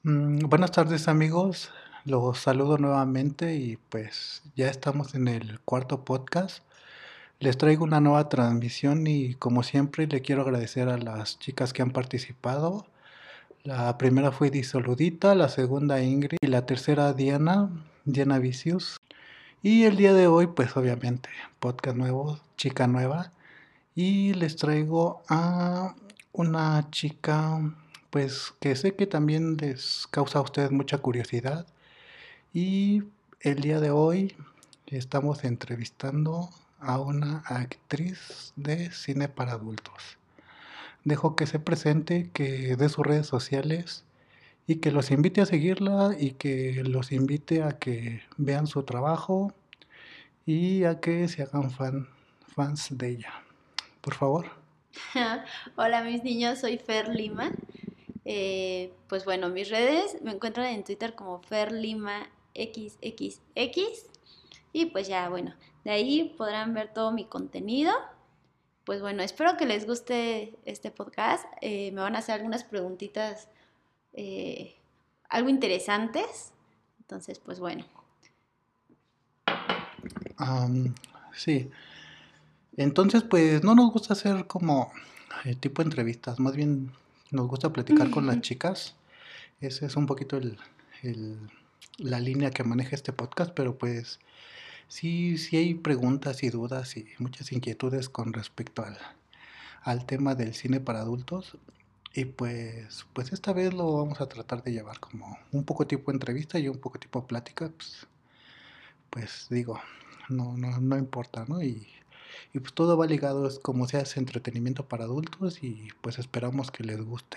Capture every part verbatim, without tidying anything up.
Mm, buenas tardes amigos, los saludo nuevamente y pues ya estamos en el cuarto podcast. Les traigo una nueva transmisión y como siempre le quiero agradecer a las chicas que han participado. La primera fue Disoludita, la segunda Ingrid y la tercera Diana, Diana Vicius. Y el día de hoy pues obviamente podcast nuevo, chica nueva. Y les traigo a una chica, pues que sé que también les causa a ustedes mucha curiosidad. Y el día de hoy estamos entrevistando a una actriz de cine para adultos. Dejo que se presente, que dé sus redes sociales y que los invite a seguirla y que los invite a que vean su trabajo y a que se hagan fan, fans de ella. Por favor. Hola mis niños, soy Fer Lima. Eh, pues bueno, mis redes me encuentran en Twitter como Fer Lima X X X y pues ya bueno, de ahí podrán ver todo mi contenido. Pues bueno, espero que les guste este podcast. Eh, me van a hacer algunas preguntitas eh, algo interesantes. Entonces, pues bueno. Am, sí, entonces pues no nos gusta hacer como eh, tipo entrevistas, más bien nos gusta platicar con las chicas. Ese es un poquito el, el- la línea que maneja este podcast, pero pues sí, sí hay preguntas y dudas y muchas inquietudes con respecto al, al tema del cine para adultos. Y pues, pues esta vez lo vamos a tratar de llevar como un poco tipo entrevista y un poco tipo plática, pues, pues digo, no, no, no importa, ¿no? Y, y pues todo va ligado, es como se hace entretenimiento para adultos y pues esperamos que les guste.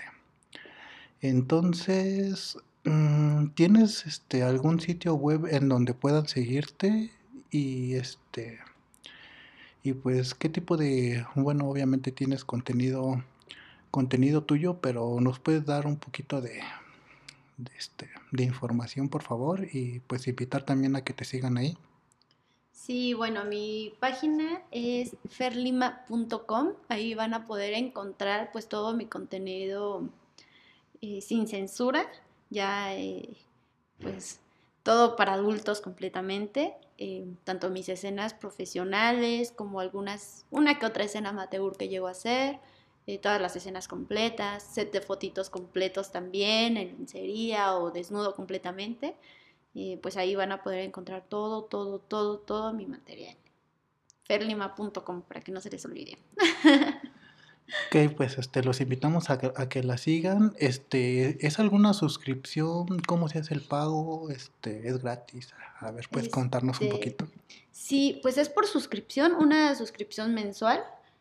Entonces, mm, ¿tienes este algún sitio web en donde puedan seguirte? Y este, y pues, ¿qué tipo de, bueno, obviamente tienes contenido, contenido tuyo, pero nos puedes dar un poquito de, de este, de información, por favor, y pues invitar también a que te sigan ahí. Sí, bueno, mi página es ferlima punto com. Ahí van a poder encontrar pues todo mi contenido eh, sin censura, ya eh, pues todo para adultos completamente, eh, tanto mis escenas profesionales como algunas, una que otra escena amateur que llego a hacer, eh, todas las escenas completas, set de fotitos completos también, en lencería o desnudo completamente, eh, pues ahí van a poder encontrar todo, todo, todo, todo mi material. ferlima punto com para que no se les olvide. Ok, pues este, los invitamos a que, a que la sigan. Este, ¿es alguna suscripción? ¿Cómo se hace el pago? Este, ¿es gratis? A ver, ¿puedes contarnos un Este, poquito? sí, pues es por suscripción, una suscripción mensual.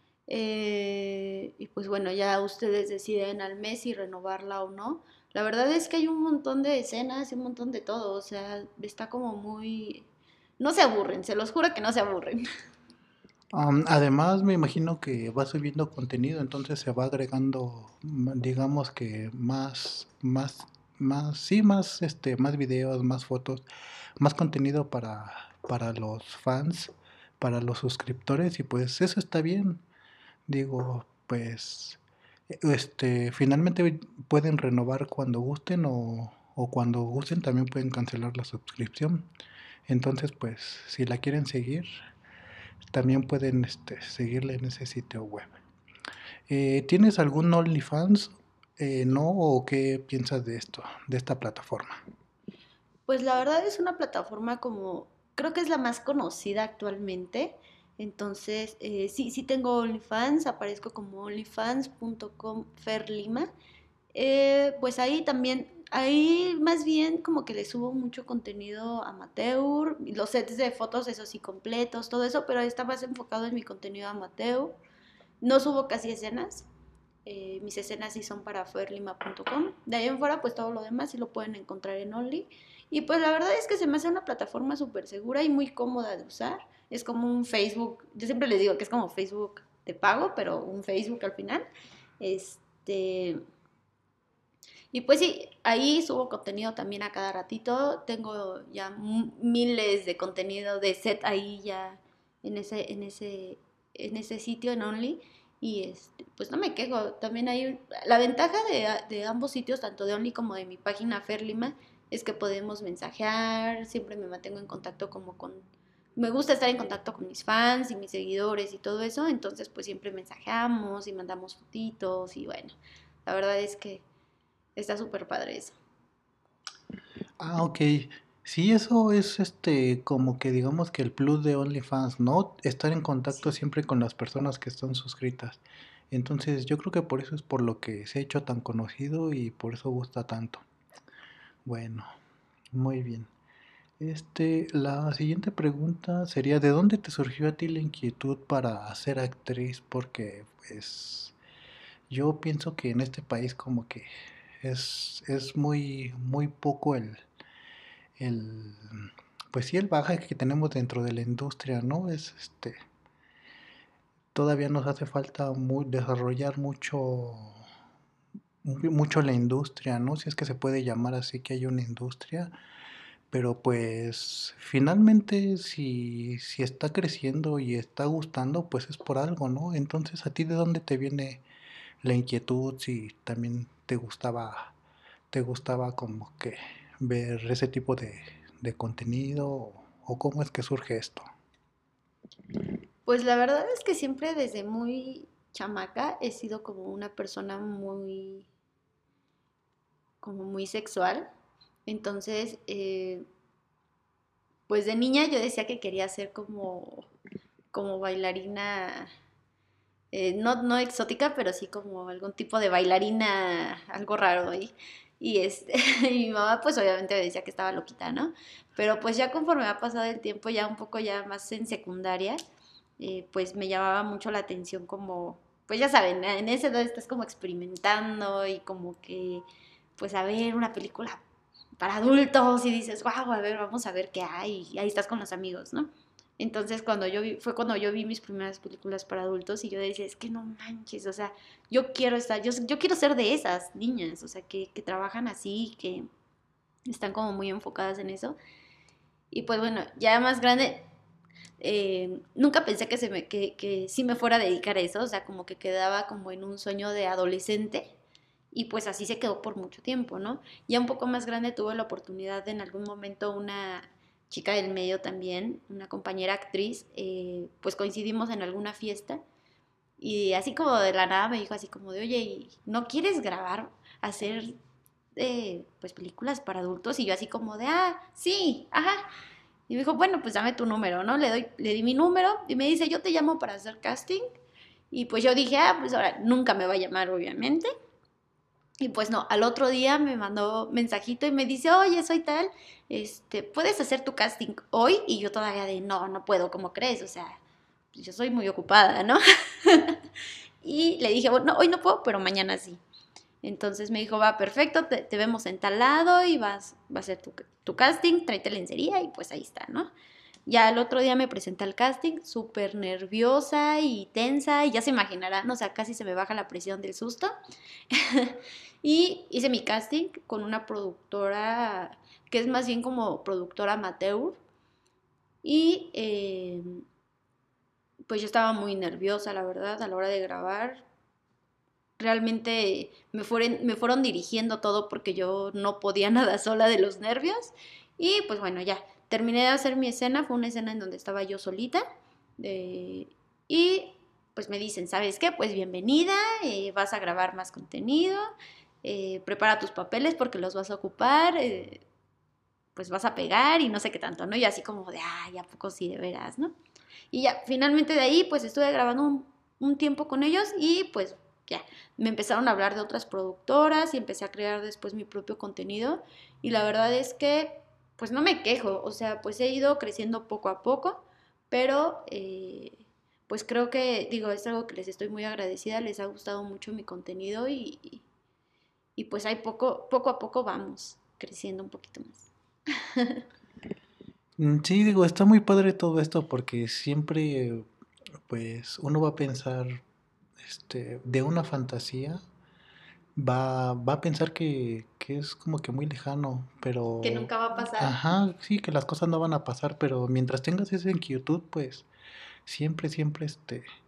Eh, y pues bueno, ya ustedes deciden al mes si renovarla o no. La verdad es que hay un montón de escenas y un montón de todo. O sea, está como muy... No se aburren, se los juro que no se aburren. Am, además, me imagino que va subiendo contenido, entonces se va agregando, mm, digamos que más, más, más, sí, más, este, más videos, más fotos, más contenido para, para los fans, para los suscriptores, y pues eso está bien. Digo, pues, e- este, finalmente pueden renovar cuando gusten o, o cuando gusten también pueden cancelar la suscripción. Entonces, pues, si la quieren seguir, también pueden este, seguirle en ese sitio web. Eh, ¿Tienes algún OnlyFans? Eh, ¿no? ¿O qué piensas de esto, de esta plataforma? Pues la verdad es una plataforma como, creo que es la más conocida actualmente. Entonces, eh, sí, sí tengo OnlyFans, aparezco como onlyfans punto com ferlima. Eh, pues ahí también, ahí más bien como que le subo mucho contenido amateur, los sets de fotos, eso sí, completos, todo eso, pero está más enfocado en mi contenido amateur. No subo casi escenas, eh, mis escenas sí son para ferlima punto com. De ahí en fuera, pues todo lo demás sí lo pueden encontrar en Only. Y pues la verdad es que se me hace una plataforma súper segura y muy cómoda de usar. Es como un Facebook, yo siempre les digo que es como Facebook de pago, pero un Facebook al final. Este, y pues sí, ahí subo contenido también a cada ratito. Tengo ya miles de contenido de set ahí ya en ese, en ese, en ese sitio, en Only. Y este, pues no me quejo. También hay la ventaja de, de ambos sitios, tanto de Only como de mi página Ferlima, es que podemos mensajear, siempre me mantengo en contacto como con... Me gusta estar en contacto con mis fans y mis seguidores y todo eso, entonces pues siempre mensajeamos y mandamos fotitos y bueno, la verdad es que está súper padre eso. Ah, ok. Sí, eso es este como que digamos que el plus de OnlyFans, ¿no? Estar en contacto Sí. siempre con las personas que están suscritas. Entonces, yo creo que por eso es por lo que se ha hecho tan conocido y por eso gusta tanto. Bueno, muy bien. Este, la siguiente pregunta sería, ¿de dónde te surgió a ti la inquietud para ser actriz? Porque, pues, yo pienso que en este país como que es, es muy, muy poco el, el, pues sí, el bagaje que tenemos dentro de la industria, ¿no? Es, este, todavía nos hace falta mu- desarrollar mucho, mu- mucho la industria, ¿no? Si es que se puede llamar así que hay una industria. Pero pues finalmente si, si está creciendo y está gustando, pues es por algo, ¿no? Entonces, ¿a ti de dónde te viene la inquietud? Si también te gustaba, te gustaba como que ver ese tipo de, de contenido o, o cómo es que surge esto. Pues la verdad es que siempre desde muy chamaca he sido como una persona muy, como muy sexual. Entonces, eh, pues de niña yo decía que quería ser como, como bailarina, eh, no, no exótica, pero sí como algún tipo de bailarina, algo raro ahí. Y, este, y mi mamá pues obviamente me decía que estaba loquita, ¿no? Pero pues ya conforme ha pasado el tiempo, ya un poco ya más en secundaria, eh, pues me llamaba mucho la atención como, pues ya saben, en ese edad estás como experimentando y como que, pues a ver una película para adultos y dices, wow, a ver, vamos a ver qué hay, y ahí estás con los amigos, ¿no? Entonces cuando yo vi, fue cuando yo vi mis primeras películas para adultos y yo decía, es que no manches, o sea, yo quiero estar, yo, yo quiero ser de esas niñas, o sea, que, que trabajan así, que están como muy enfocadas en eso. Y pues bueno, ya más grande, eh, nunca pensé que, se me, que, que sí me fuera a dedicar a eso, o sea, como que quedaba como en un sueño de adolescente y pues así se quedó por mucho tiempo, ¿no? Ya un poco más grande tuve la oportunidad de en algún momento una chica del medio también, una compañera actriz, eh, pues coincidimos en alguna fiesta y así como de la nada me dijo así como de, oye, ¿no quieres grabar, hacer eh, pues películas para adultos? Y yo así como de, ah, sí, ajá. Y me dijo, bueno, pues dame tu número, ¿no? Le doy, le di mi número y me dice, yo te llamo para hacer casting. Y pues yo dije, ah, pues ahora nunca me va a llamar, obviamente. Y pues no, al otro día me mandó mensajito y me dice, oye, soy tal, este, ¿puedes hacer tu casting hoy? Y yo todavía de, no, no puedo, ¿cómo crees? O sea, pues yo soy muy ocupada, ¿no? Y le dije, bueno, hoy no puedo, pero mañana sí. Entonces me dijo, va, perfecto, te, te vemos en tal lado y vas, va a ser tu, tu casting, tráete lencería y pues ahí está, ¿no? Ya el otro día me presenté al casting, súper nerviosa y tensa, y ya se imaginarán, o sea, casi se me baja la presión del susto. Y hice mi casting con una productora que es más bien como productora amateur. Y eh, pues yo estaba muy nerviosa, la verdad, a la hora de grabar. Realmente me fueron, me fueron dirigiendo todo porque yo no podía nada sola de los nervios. Y pues bueno, ya terminé de hacer mi escena. Fue una escena en donde estaba yo solita. eh, y pues me dicen, ¿sabes qué? Pues bienvenida, eh, vas a grabar más contenido, eh, prepara tus papeles porque los vas a ocupar, eh, pues vas a pegar y no sé qué tanto, ¿no? Y así como de, ay, ¿a poco sí de veras, ¿no? Y ya, finalmente de ahí, pues estuve grabando un, un tiempo con ellos y pues ya, me empezaron a hablar de otras productoras y empecé a crear después mi propio contenido. Y la verdad es que, pues no me quejo, o sea, pues he ido creciendo poco a poco, pero eh, pues creo que, digo, es algo que les estoy muy agradecida, les ha gustado mucho mi contenido y, y, y pues ahí poco, poco a poco vamos creciendo un poquito más. Mm, Sí, digo, está muy padre todo esto porque siempre, pues, uno va a pensar, este, de una fantasía, va, va a pensar que, que es como que muy lejano, Que pero, nunca va a pasar. ajá, sí, que las cosas no van a pasar, pero mientras tengas esa inquietud, pues, siempre, siempre, este,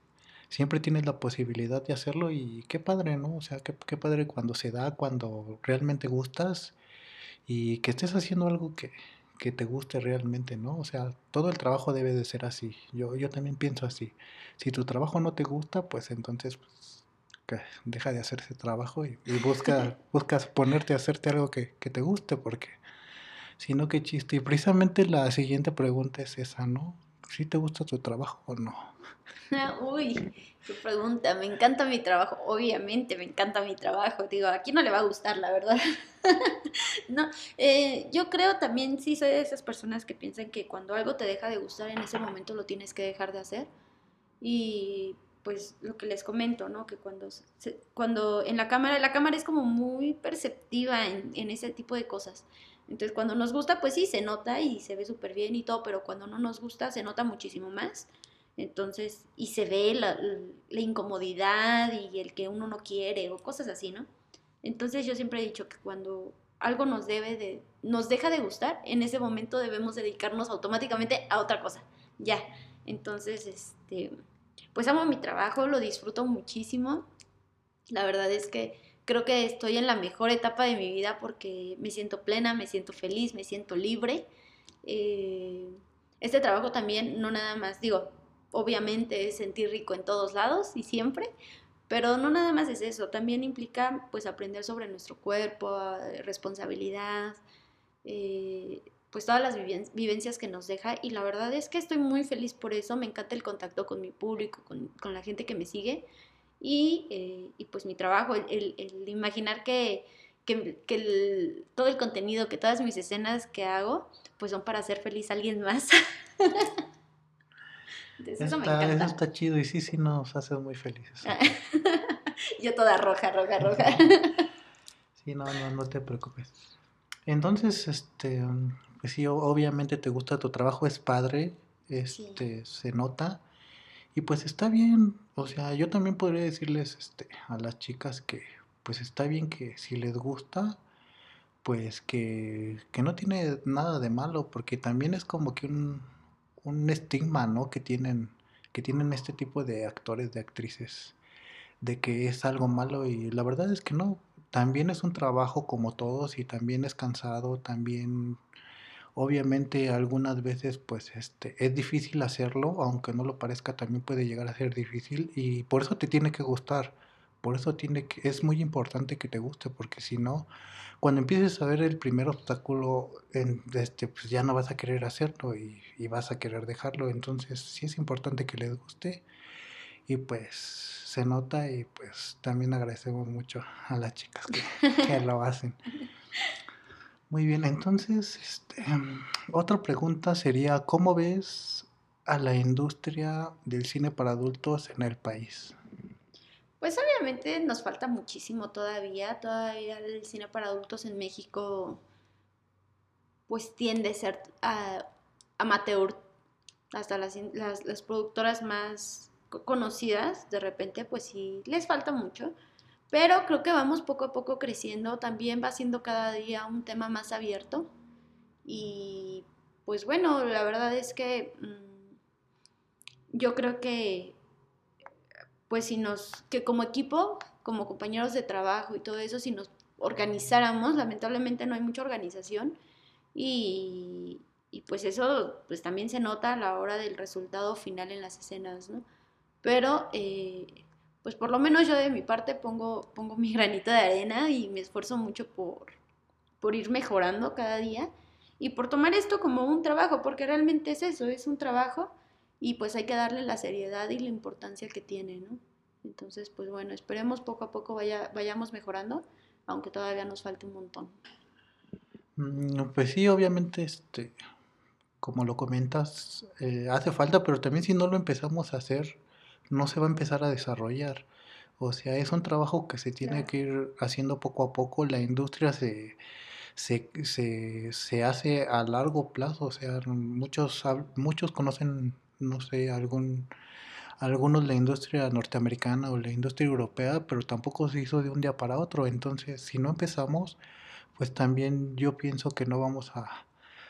siempre tienes la posibilidad de hacerlo y qué padre, ¿no? O sea, qué, qué padre cuando se da, cuando realmente gustas y que estés haciendo algo que, que te guste realmente, ¿no? O sea, todo el trabajo debe de ser así. Yo, yo también pienso así. Si tu trabajo no te gusta, pues entonces pues, que deja de hacer ese trabajo y, y busca, buscas ponerte a hacerte algo que, que te guste, porque si no, qué chiste. Y precisamente la siguiente pregunta es esa, ¿no? ¿Si te gusta tu trabajo o no? Uy, qué pregunta. Me encanta mi trabajo. Obviamente me encanta mi trabajo. Digo, ¿a quién no le va a gustar, la verdad? No, eh, yo creo también, sí, soy de esas personas que piensan que cuando algo te deja de gustar, en ese momento lo tienes que dejar de hacer. Y pues lo que les comento, ¿no? Que cuando, se- cuando en la cámara, la cámara es como muy perceptiva en, en ese tipo de cosas. Entonces, cuando nos gusta, pues sí, se nota y se ve súper bien y todo, pero cuando no nos gusta, se nota muchísimo más. Entonces, y se ve la, la incomodidad y el que uno no quiere o cosas así, ¿no? Entonces, yo siempre he dicho que cuando algo nos debe de, nos deja de gustar, en ese momento debemos dedicarnos automáticamente a otra cosa. Ya. Entonces, este, pues amo mi trabajo, lo disfruto muchísimo. La verdad es que creo que estoy en la mejor etapa de mi vida porque me siento plena, me siento feliz, me siento libre. Eh, este trabajo también, no nada más, digo, obviamente es sentir rico en todos lados y siempre, pero no nada más es eso, también implica pues aprender sobre nuestro cuerpo, eh, responsabilidad, eh, pues todas las vivencias que nos deja y la verdad es que estoy muy feliz por eso, me encanta el contacto con mi público, con, con la gente que me sigue y, eh, y pues mi trabajo, el, el, el imaginar que, que, que el, todo el contenido, que todas mis escenas que hago, pues son para hacer feliz a alguien más. Entonces eso me Está, eso encanta. está chido y sí, sí nos hace muy felices. Yo toda roja, roja, roja. Sí, no, no, no te preocupes. Entonces, este, pues sí, o- obviamente te gusta tu trabajo, es padre, Sí, este, se nota y pues está bien. O sea, yo también podría decirles, este, a las chicas que, pues está bien que si les gusta, pues que, que no tiene nada de malo, porque también es como que un, un estigma, ¿no? Que tienen, que tienen este tipo de actores, de actrices, de que es algo malo y la verdad es que no. También es un trabajo como todos y también es cansado, también obviamente algunas veces pues este es difícil hacerlo, aunque no lo parezca también puede llegar a ser difícil y por eso te tiene que gustar. Por eso tiene que, es muy importante que te guste, porque si no, cuando empieces a ver el primer obstáculo, en, este, pues ya no vas a querer hacerlo y, y vas a querer dejarlo. Entonces sí es importante que les guste y pues se nota y pues también agradecemos mucho a las chicas que, que lo hacen. Muy bien, entonces, este, mm, otra pregunta sería, ¿cómo ves a la industria del cine para adultos en el país? pues obviamente nos falta muchísimo todavía, todavía el cine para adultos en México pues tiende a ser uh, amateur, hasta las, las, las, productoras más conocidas, de repente pues sí les falta mucho, pero creo que vamos poco a poco creciendo, también va siendo cada día un tema más abierto y pues bueno, la verdad es que mmm, yo creo que pues si nos, que como equipo, como compañeros de trabajo y todo eso, si nos organizáramos, lamentablemente no hay mucha organización y, y pues eso pues también se nota a la hora del resultado final en las escenas, ¿no? Pero eh, pues por lo menos yo de mi parte pongo, pongo mi granito de arena y me esfuerzo mucho por, por ir mejorando cada día y por tomar esto como un trabajo, porque realmente es eso, es un trabajo y pues hay que darle la seriedad y la importancia que tiene, ¿no? Entonces, pues bueno, esperemos poco a poco vaya, vayamos mejorando, aunque todavía nos falte un montón. Mm, Pues sí, obviamente, este, como lo comentas, eh, hace falta, pero también si no lo empezamos a hacer, no se va a empezar a desarrollar. O sea, es un trabajo que se tiene Claro. que ir haciendo poco a poco. La industria se, se, se, se hace a largo plazo. O sea, muchos, hab- muchos conocen, no sé, algún, algunos la industria norteamericana o la industria europea, pero tampoco se hizo de un día para otro. Entonces, si no empezamos, pues también yo pienso que no vamos a,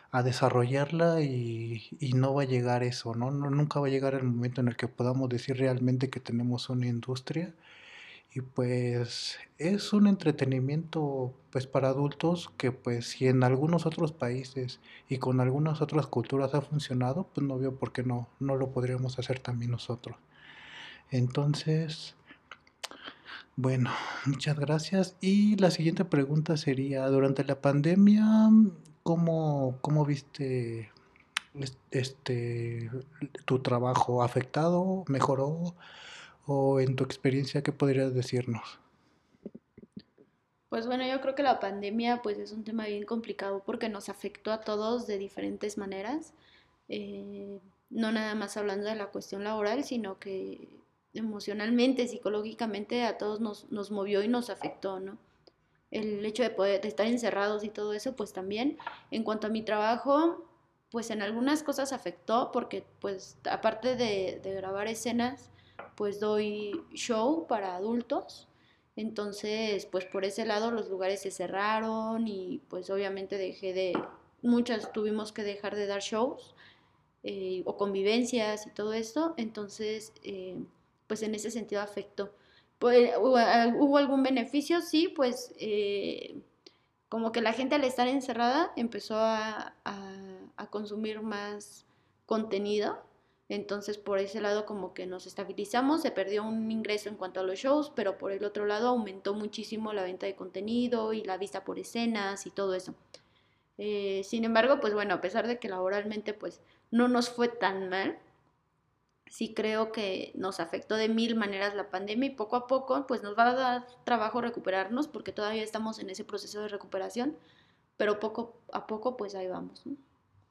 a desarrollarla y, y no va a llegar eso, ¿no? ¿no? Nunca va a llegar el momento en el que podamos decir realmente que tenemos una industria y pues es un entretenimiento pues para adultos que pues si en algunos otros países y con algunas otras culturas ha funcionado, pues no veo por qué no, no lo podríamos hacer también nosotros. Entonces, bueno, muchas gracias. Y la siguiente pregunta sería, durante la pandemia, ¿cómo, cómo viste este tu trabajo afectado, mejoró o en tu experiencia qué podrías decirnos? Pues bueno, yo creo que la pandemia pues es un tema bien complicado porque nos afectó a todos de diferentes maneras. Eh, no nada más hablando de la cuestión laboral, sino que emocionalmente, psicológicamente a todos nos, nos movió y nos afectó, ¿no? El hecho de poder de estar encerrados y todo eso, pues también. En cuanto a mi trabajo, pues en algunas cosas afectó porque pues aparte de, de grabar escenas, pues doy show para adultos. Entonces, pues por ese lado los lugares se cerraron y pues obviamente dejé de, muchas tuvimos que dejar de dar shows eh, o convivencias y todo esto. Entonces, eh, pues en ese sentido afectó. Pues, ¿hubo, ¿hubo algún beneficio? Sí, pues eh, como que la gente al estar encerrada empezó a, a, a consumir más contenido. Entonces por ese lado como que nos estabilizamos, se perdió un ingreso en cuanto a los shows, pero por el otro lado aumentó muchísimo la venta de contenido y la vista por escenas y todo eso. Eh, sin embargo, pues bueno, a pesar de que laboralmente pues no nos fue tan mal, sí creo que nos afectó de mil maneras la pandemia y poco a poco pues nos va a dar trabajo recuperarnos porque todavía estamos en ese proceso de recuperación, pero poco a poco pues ahí vamos, ¿no?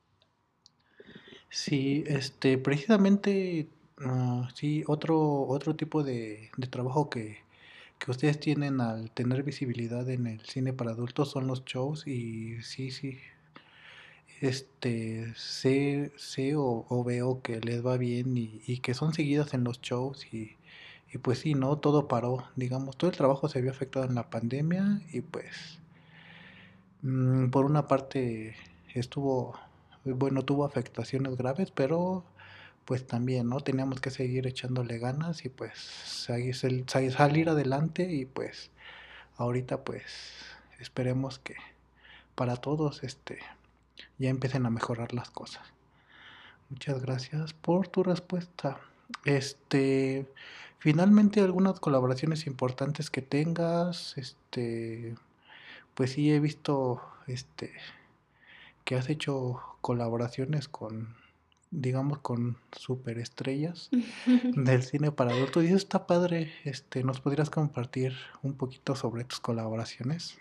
Sí, este, precisamente, ah, sí, otro, otro tipo de, de trabajo que, que ustedes tienen al tener visibilidad en el cine para adultos son los shows y sí, sí, este, sé, sé o, o veo que les va bien y, y que son seguidas en los shows y, y pues sí, ¿no? Todo paró, digamos, todo el trabajo se vio afectado en la pandemia y pues mm, por una parte estuvo, bueno, tuvo afectaciones graves, pero pues también, ¿no? Teníamos que seguir echándole ganas y pues seguir- sal- salir adelante y pues ahorita pues esperemos que para todos este ya empiecen a mejorar las cosas. Muchas gracias por tu respuesta. Este, finalmente algunas colaboraciones importantes que tengas, este, pues sí he visto este que has hecho colaboraciones con, digamos, con superestrellas del cine para adultos y eso está padre. Este, ¿nos podrías compartir un poquito sobre tus colaboraciones?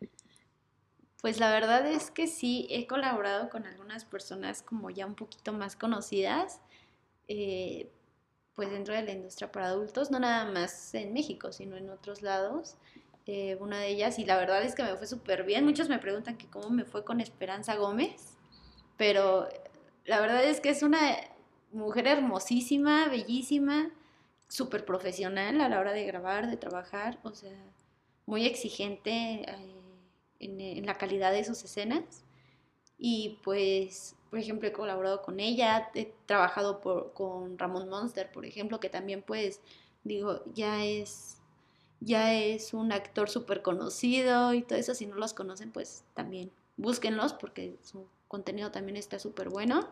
Pues la verdad es que sí, he colaborado con algunas personas como ya un poquito más conocidas, eh, pues dentro de la industria para adultos, no nada más en México, sino en otros lados. Eh, una de ellas, y la verdad es que me fue súper bien. Muchos me preguntan que cómo me fue con Esperanza Gómez, pero la verdad es que es una mujer hermosísima, bellísima, súper profesional a la hora de grabar, de trabajar, o sea, muy exigente eh, en, en la calidad de sus escenas. Y pues, por ejemplo, he colaborado con ella, he trabajado por, con Ramón Monster, por ejemplo, que también pues, digo, ya es, ya es un actor súper conocido y todo eso, si no los conocen, pues también búsquenlos porque su contenido también está súper bueno.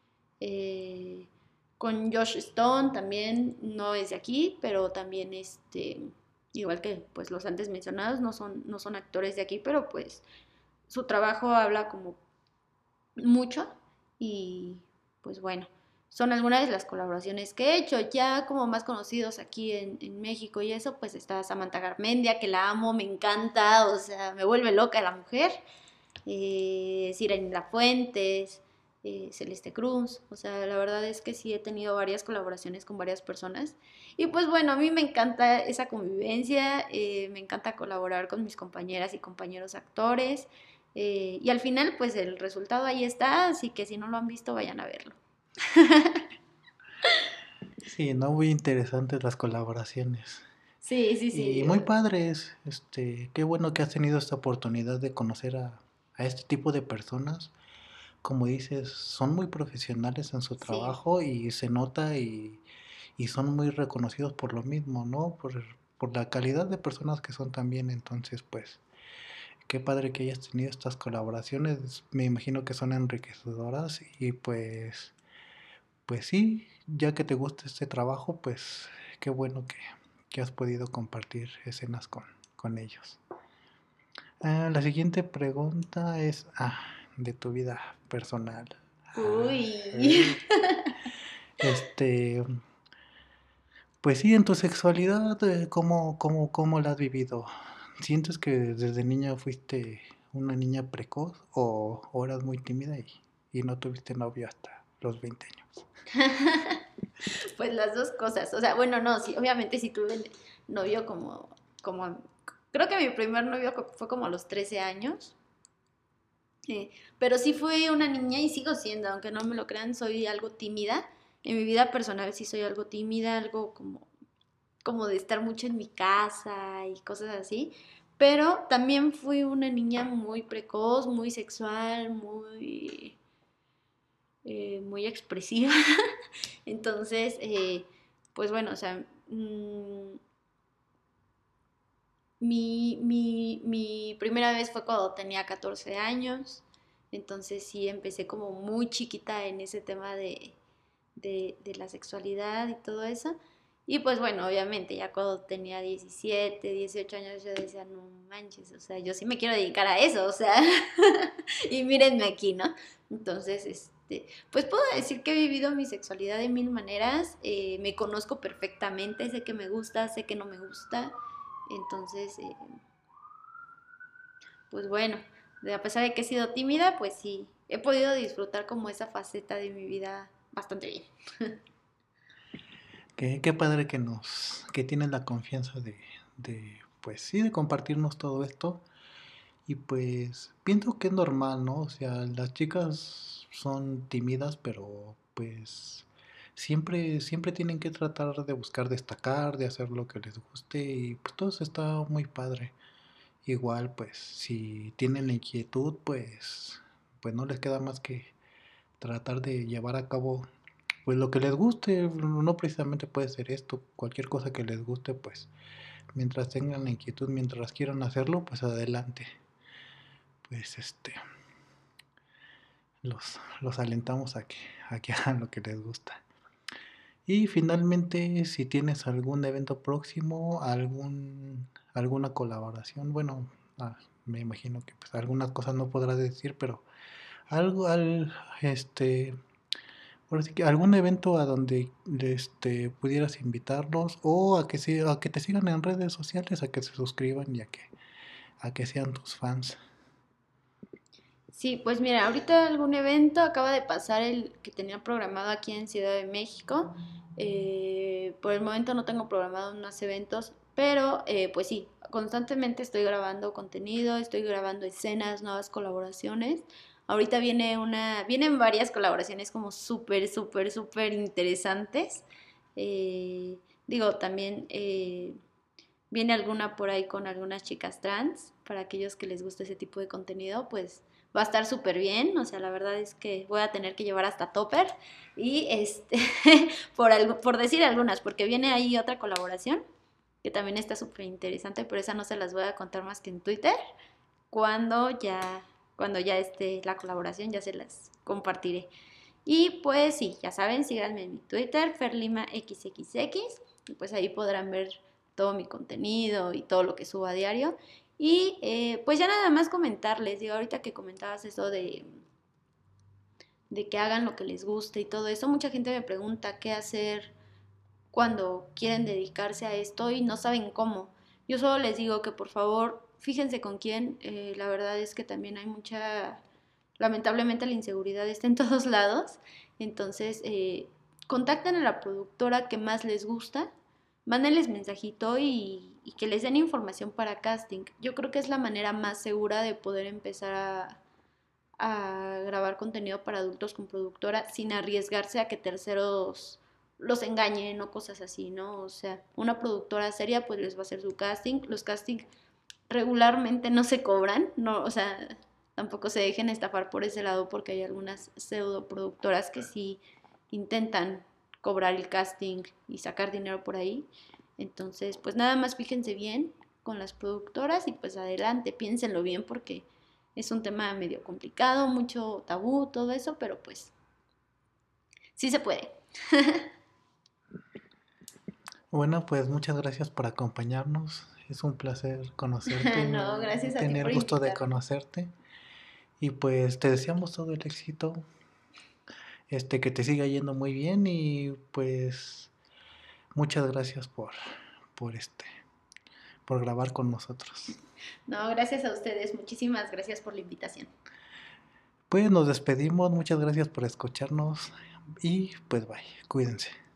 Eh, con Josh Stone también no es de aquí, pero también este, igual que pues los antes mencionados, no son, no son actores de aquí, pero pues su trabajo habla como mucho y pues bueno, son algunas de las colaboraciones que he hecho. Ya como más conocidos aquí en, en México y eso, pues está Samantha Garmendia, que la amo, me encanta, o sea, me vuelve loca la mujer. Eh, Sirenita Fuentes, eh, Celeste Cruz, o sea, la verdad es que sí he tenido varias colaboraciones con varias personas y pues bueno, a mí me encanta esa convivencia, eh, me encanta colaborar con mis compañeras y compañeros actores eh, y al final pues el resultado ahí está, así que si no lo han visto vayan a verlo. Sí, no, muy interesantes las colaboraciones. Sí, sí, Y sí. muy padres, este, qué bueno que has tenido esta oportunidad de conocer a, a este tipo de personas, como dices, son muy profesionales en su Sí, trabajo y se nota y, y son muy reconocidos por lo mismo, ¿no? Por, por la calidad de personas que son también. Entonces, pues, qué padre que hayas tenido estas colaboraciones. Me imagino que son enriquecedoras y pues, pues sí, ya que te gusta este trabajo, pues qué bueno que, que has podido compartir escenas con, con ellos. Ah, la siguiente pregunta es, ah, de tu vida personal. Ah, uy. eh, este, pues sí, en tu sexualidad, eh, ¿cómo, cómo, cómo la has vivido? ¿Sientes que desde niña fuiste una niña precoz o, o eras muy tímida y, y no tuviste novio hasta los veinte años? Pues las dos cosas. O sea, bueno, no, sí, obviamente sí tuve novio como, como, creo que mi primer novio fue como a los trece años. Eh, pero sí fui una niña y sigo siendo, aunque no me lo crean, soy algo tímida. En mi vida personal sí soy algo tímida, algo como, como de estar mucho en mi casa y cosas así. Pero también fui una niña muy precoz, muy sexual, muy, eh, muy expresiva. Entonces, eh, pues bueno, o sea, mmm, mi, mi, mi primera vez fue cuando tenía catorce años, entonces sí empecé como muy chiquita en ese tema de, de, de la sexualidad y todo eso. Y pues bueno, obviamente ya cuando tenía diecisiete dieciocho años yo decía, no manches, o sea, yo sí me quiero dedicar a eso, o sea, y mírenme aquí, ¿no? Entonces, este, pues puedo decir que he vivido mi sexualidad de mil maneras, eh, me conozco perfectamente, sé que me gusta, sé que no me gusta, entonces, eh, pues bueno, a pesar de que he sido tímida, pues sí, he podido disfrutar como esa faceta de mi vida bastante bien. Qué, qué padre que nos, que tienes la confianza de, de, pues sí, de compartirnos todo esto. Y pues pienso que es normal, ¿no? O sea, las chicas son tímidas, pero pues siempre, siempre tienen que tratar de buscar destacar, de hacer lo que les guste y pues todo eso está muy padre. Igual, pues si tienen la inquietud, pues, pues no les queda más que tratar de llevar a cabo pues lo que les guste, no precisamente puede ser esto, cualquier cosa que les guste, pues mientras tengan la inquietud, mientras quieran hacerlo, pues adelante. Pues este, los, los alentamos a que, a que hagan lo que les gusta. Y finalmente, si tienes algún evento próximo, algún, alguna colaboración, bueno, ah, me imagino que pues algunas cosas no podrás decir, pero algo, al, este, ahora sí que algún evento a donde este, pudieras invitarlos o a que, se, a que te sigan en redes sociales, a que se suscriban y a que, a que sean tus fans. Sí, pues mira, ahorita algún evento acaba de pasar el que tenía programado aquí en Ciudad de México. Eh, por el momento no tengo programado más eventos, pero eh, pues sí, constantemente estoy grabando contenido, estoy grabando escenas, nuevas colaboraciones. Ahorita viene una, vienen varias colaboraciones como súper, súper, súper interesantes. Eh, digo, también eh, viene alguna por ahí con algunas chicas trans, para aquellos que les guste ese tipo de contenido, pues va a estar súper bien, o sea, la verdad es que voy a tener que llevar hasta topper y este, por, algo, por decir algunas, porque viene ahí otra colaboración que también está súper interesante, pero esa no se las voy a contar más que en Twitter, cuando ya, cuando ya esté la colaboración ya se las compartiré. Y pues sí, ya saben, síganme en mi Twitter, ferlimaxxx, y pues ahí podrán ver todo mi contenido y todo lo que subo a diario. Y eh, pues ya nada más comentarles, digo, ahorita que comentabas eso de, de que hagan lo que les guste y todo eso, mucha gente me pregunta qué hacer cuando quieren dedicarse a esto y no saben cómo. Yo solo les digo que por favor fíjense con quién, eh, la verdad es que también hay mucha, lamentablemente la inseguridad está en todos lados, entonces eh, contacten a la productora que más les gusta, mándenles mensajito y, y que les den información para casting. Yo creo que es la manera más segura de poder empezar a, a grabar contenido para adultos con productora sin arriesgarse a que terceros los engañen o cosas así, ¿no? O sea, una productora seria pues les va a hacer su casting. Los castings regularmente no se cobran, no, o sea, tampoco se dejen estafar por ese lado porque hay algunas pseudo productoras que sí intentan cobrar el casting y sacar dinero por ahí. Entonces, pues nada más fíjense bien con las productoras y pues adelante, piénsenlo bien porque es un tema medio complicado, mucho tabú, todo eso, pero pues sí se puede. Bueno, pues muchas gracias por acompañarnos. Es un placer conocerte No, y gracias a ti tener por gusto de invitarme. conocerte. Y pues te deseamos todo el éxito, este, que te siga yendo muy bien y pues muchas gracias por, por este, por grabar con nosotros. No, gracias a ustedes, muchísimas gracias por la invitación. Pues nos despedimos, muchas gracias por escucharnos y pues bye, cuídense.